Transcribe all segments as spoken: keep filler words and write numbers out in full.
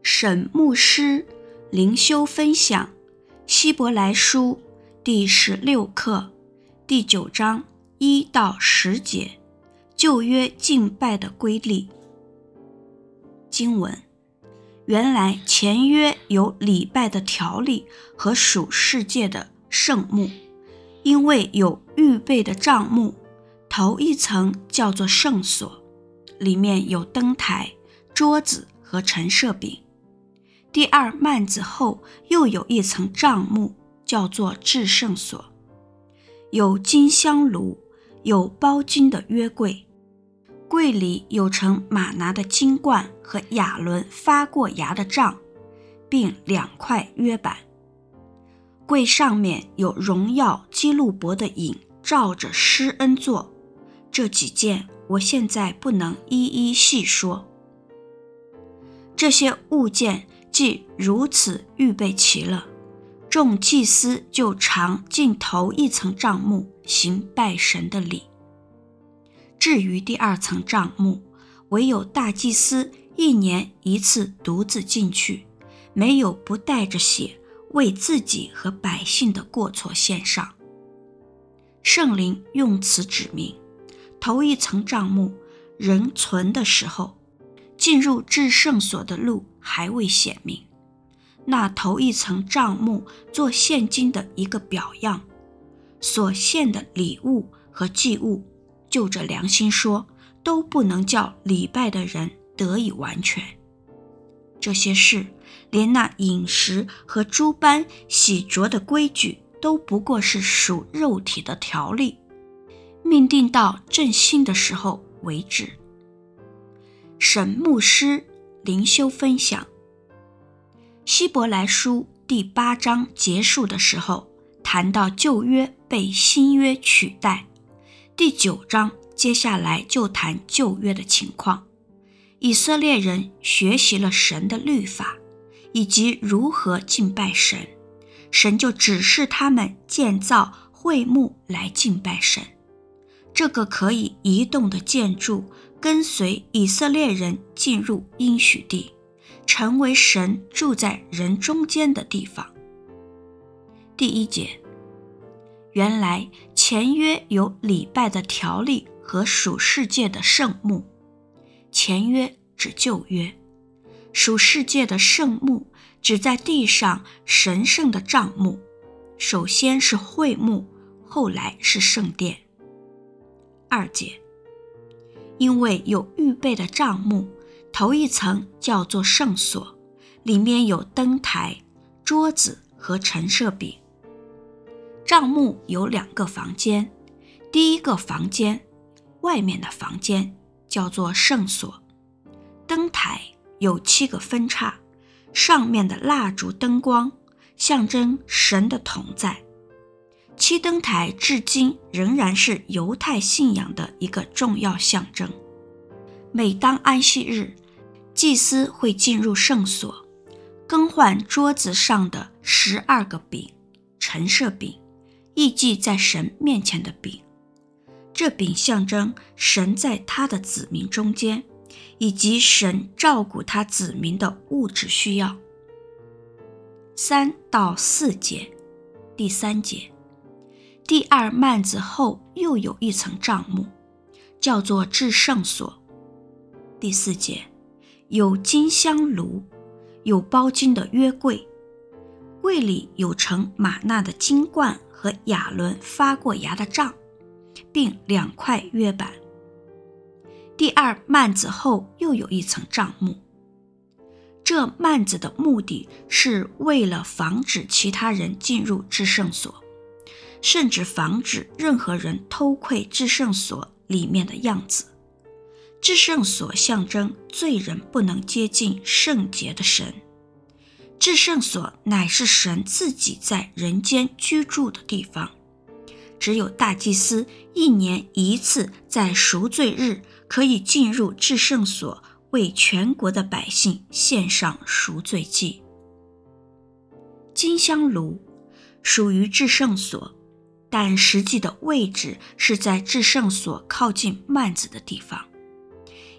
沈牧师灵修分享希伯来书第十六课第九章一到十节，旧约敬拜的规律。经文：原来前约有礼拜的条例和属世界的圣幕，因为有预备的帐幕，头一层叫做圣所，里面有灯台、桌子和陈设饼。第二幔子后又有一层帐幕，叫做至圣所，有金香炉，有包金的约柜，柜里有盛玛拿的金罐和亚伦发过芽的杖，并两块约板。柜上面有荣耀基路伯的影照着施恩座，这几件我现在不能一一细说。这些物件既如此预备齐了，众祭司就常进头一层帐幕行拜神的礼。至于第二层帐幕，唯有大祭司一年一次独自进去，没有不带着血为自己和百姓的过错献上。圣灵用此指明，头一层帐幕仍存的时候，进入至圣所的路还未显明。那头一层帐幕做现今的一个表样，所献的礼物和祭物，就着良心说，都不能叫礼拜的人得以完全。这些事，连那饮食和诸般洗濯的规矩，都不过是属肉体的条例，命定到正兴的时候为止。沈牧师灵修分享。希伯来书第八章结束的时候，谈到旧约被新约取代。第九章接下来就谈旧约的情况。以色列人学习了神的律法，以及如何敬拜神，神就指示他们建造会幕来敬拜神。这个可以移动的建筑跟随以色列人进入应许地，成为神住在人中间的地方。第一节，原来前约有礼拜的条例和属世界的圣幕。前约指旧约，属世界的圣幕指在地上神圣的帐幕，首先是会幕，后来是圣殿。二节，因为有预备的帐幕，头一层叫做圣所，里面有灯台、桌子和陈设饼。帐幕有两个房间，第一个房间，外面的房间叫做圣所。灯台有七个分叉，上面的蜡烛灯光象征神的同在。七灯台至今仍然是犹太信仰的一个重要象征。每当安息日，祭司会进入圣所，更换桌子上的十二个饼，陈设饼，意祭在神面前的饼。这饼象征神在他的子民中间，以及神照顾他子民的物质需要。三到四节，第三节，第二幔子后又有一层帐幕，叫做至圣所。第四节，有金香炉，有包金的约柜，柜里有盛玛纳的金罐和亚伦发过芽的杖，并两块约板。第二幔子后又有一层帐幕，这幔子的目的是为了防止其他人进入至圣所，甚至防止任何人偷窥至圣所里面的样子。至圣所象征罪人不能接近圣洁的神，至圣所乃是神自己在人间居住的地方。只有大祭司一年一次在赎罪日可以进入至圣所，为全国的百姓献上赎罪祭。金香炉属于至圣所，但实际的位置是在至圣所靠近幔子的地方，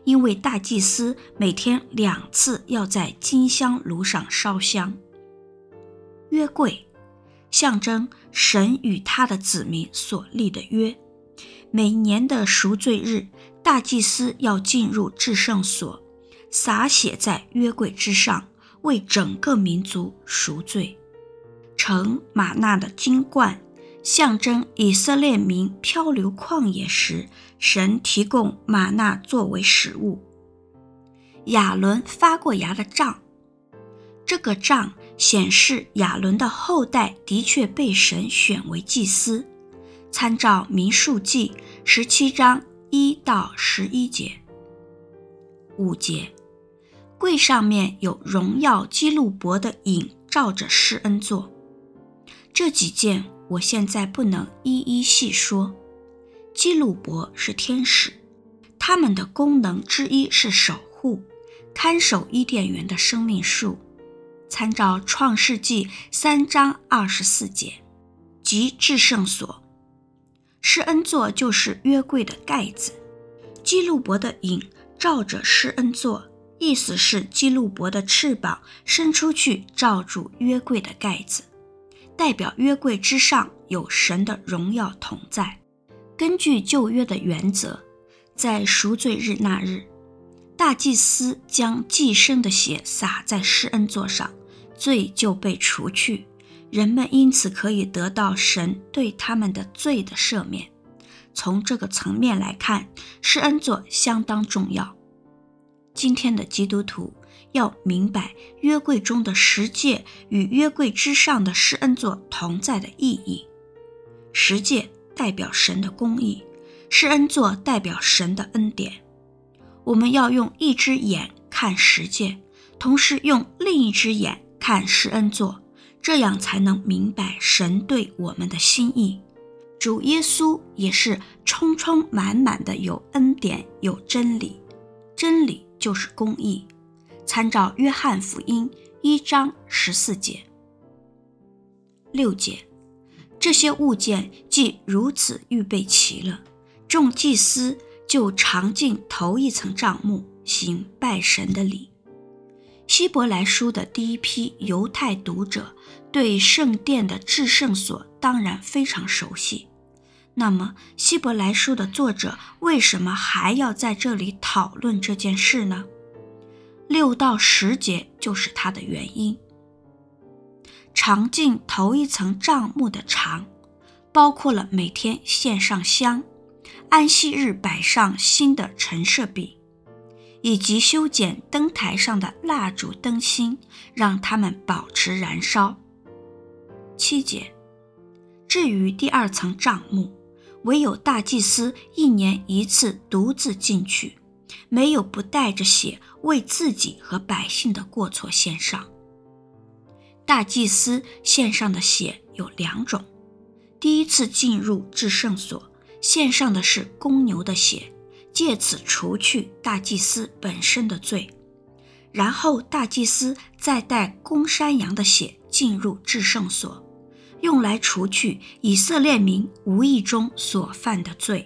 因为大祭司每天两次要在金香炉上烧香。约柜象征神与他的子民所立的约，每年的赎罪日，大祭司要进入至圣所，洒血在约柜之上，为整个民族赎罪。盛玛纳的金罐象征以色列民漂流旷野时，神提供玛纳作为食物。亚伦发过芽的杖，这个杖显示亚伦的后代的确被神选为祭司，参照民数记十七章一到十一节。五节，柜上面有荣耀基路伯的影照着施恩座。这几件我现在不能一一细说。基路伯是天使，他们的功能之一是守护、看守伊甸园的生命树，参照创世纪三章二十四节。即至圣所，施恩座就是约柜的盖子。基路伯的影照着施恩座，意思是基路伯的翅膀伸出去罩住约柜的盖子，代表约柜之上有神的荣耀同在。根据旧约的原则，在赎罪日那日，大祭司将祭牲的血洒在施恩座上，罪就被除去，人们因此可以得到神对他们的罪的赦免。从这个层面来看，施恩座相当重要。今天的基督徒要明白约柜中的十诫与约柜之上的施恩座同在的意义。十诫代表神的公义，施恩座代表神的恩典。我们要用一只眼看十诫，同时用另一只眼看施恩座，这样才能明白神对我们的心意。主耶稣也是充充满满的有恩典有真理，真理就是公义，参照约翰福音一章十四节。六节，这些物件既如此预备齐了，众祭司就常进头一层帐幕，行拜神的礼。希伯来书的第一批犹太读者对圣殿的至圣所当然非常熟悉，那么希伯来书的作者为什么还要在这里讨论这件事呢？六到十节就是它的原因。常进头一层帐幕的常，包括了每天献上香，安息日摆上新的陈设饼，以及修剪灯台上的蜡烛灯芯，让它们保持燃烧。七节，至于第二层帐幕，唯有大祭司一年一次独自进去，没有不带着血为自己和百姓的过错献上。大祭司献上的血有两种，第一次进入至圣所，献上的是公牛的血，借此除去大祭司本身的罪，然后大祭司再带公山羊的血进入至圣所，用来除去以色列民无意中所犯的罪。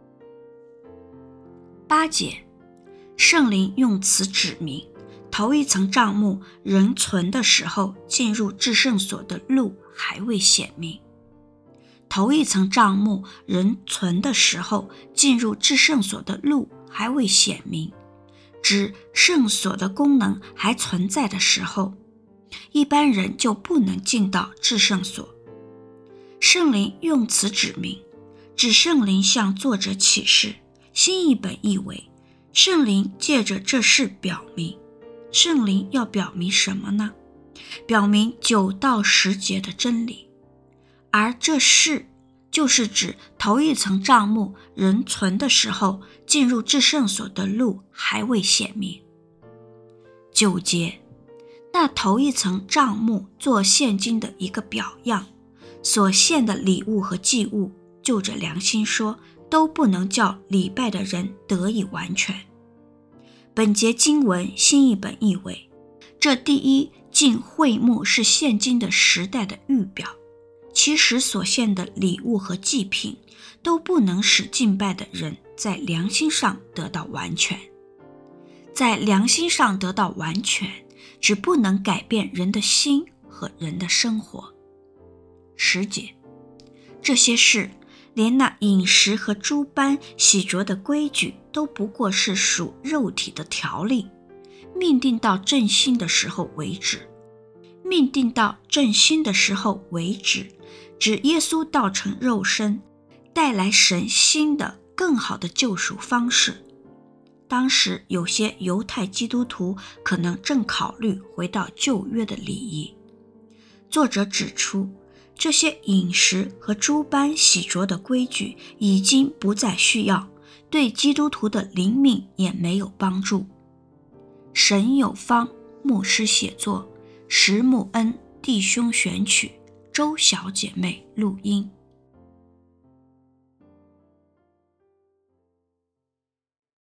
八节，圣灵用词指明，头一层帐幕仍存的时候，进入至圣所的路还未显明。头一层帐幕仍存的时候，进入至圣所的路还未显明，指圣所的功能还存在的时候，一般人就不能进到至圣所。圣灵用此指明，指圣灵向作者启示。新译本译为，圣灵借着这事表明。圣灵要表明什么呢？表明九到十节的真理。而这事就是指头一层帐幕仍存的时候，进入至圣所的路还未显明。九节，那头一层帐幕做现今的一个表样，所献的礼物和祭物，就着良心说，都不能叫礼拜的人得以完全。本节经文新译本译为，这第一进会幕是现今的时代的预表，其实所献的礼物和祭品都不能使敬拜的人在良心上得到完全。 在良心上得到完全，只不能改变人的心和人的生活。十节，这些事，连那饮食和诸般洗濯的规矩，都不过是属肉体的条例，命定到正心的时候为止。命定到正心的时候为止，指耶稣道成肉身，带来神新的更好的救赎方式。当时有些犹太基督徒可能正考虑回到旧约的礼仪。作者指出，这些饮食和诸般洗濯的规矩已经不再需要，对基督徒的灵命也没有帮助。沈有方牧师写作，石木恩弟兄选曲，周小姐妹录音。